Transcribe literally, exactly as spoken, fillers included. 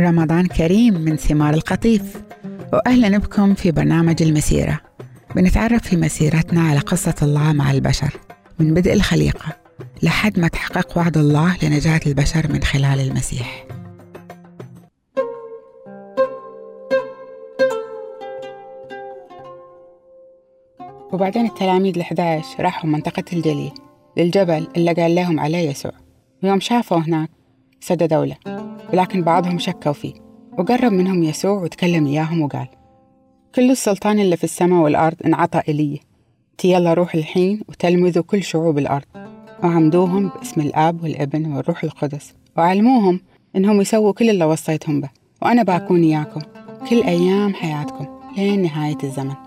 رمضان كريم من ثمار القطيف، وأهلا بكم في برنامج المسيرة. بنتعرف في مسيرتنا على قصة الله مع البشر من بدء الخليقة لحد ما تحقق وعد الله لنجاة البشر من خلال المسيح. وبعدين التلاميذ الأحد عشر راحوا منطقة الجليل للجبل اللي قال لهم عليه يسوع، ويوم شافوا هناك سددوا له، ولكن بعضهم شكوا فيه. وقرب منهم يسوع وتكلم إياهم وقال: كل السلطان اللي في السماء والأرض انعطى إلي، يلا روح الحين وتلمذوا كل شعوب الأرض، وعمدوهم باسم الآب والابن والروح القدس، وعلموهم إنهم يسووا كل اللي وصيتهم به، وأنا بكون إياكم كل أيام حياتكم لين نهاية الزمن.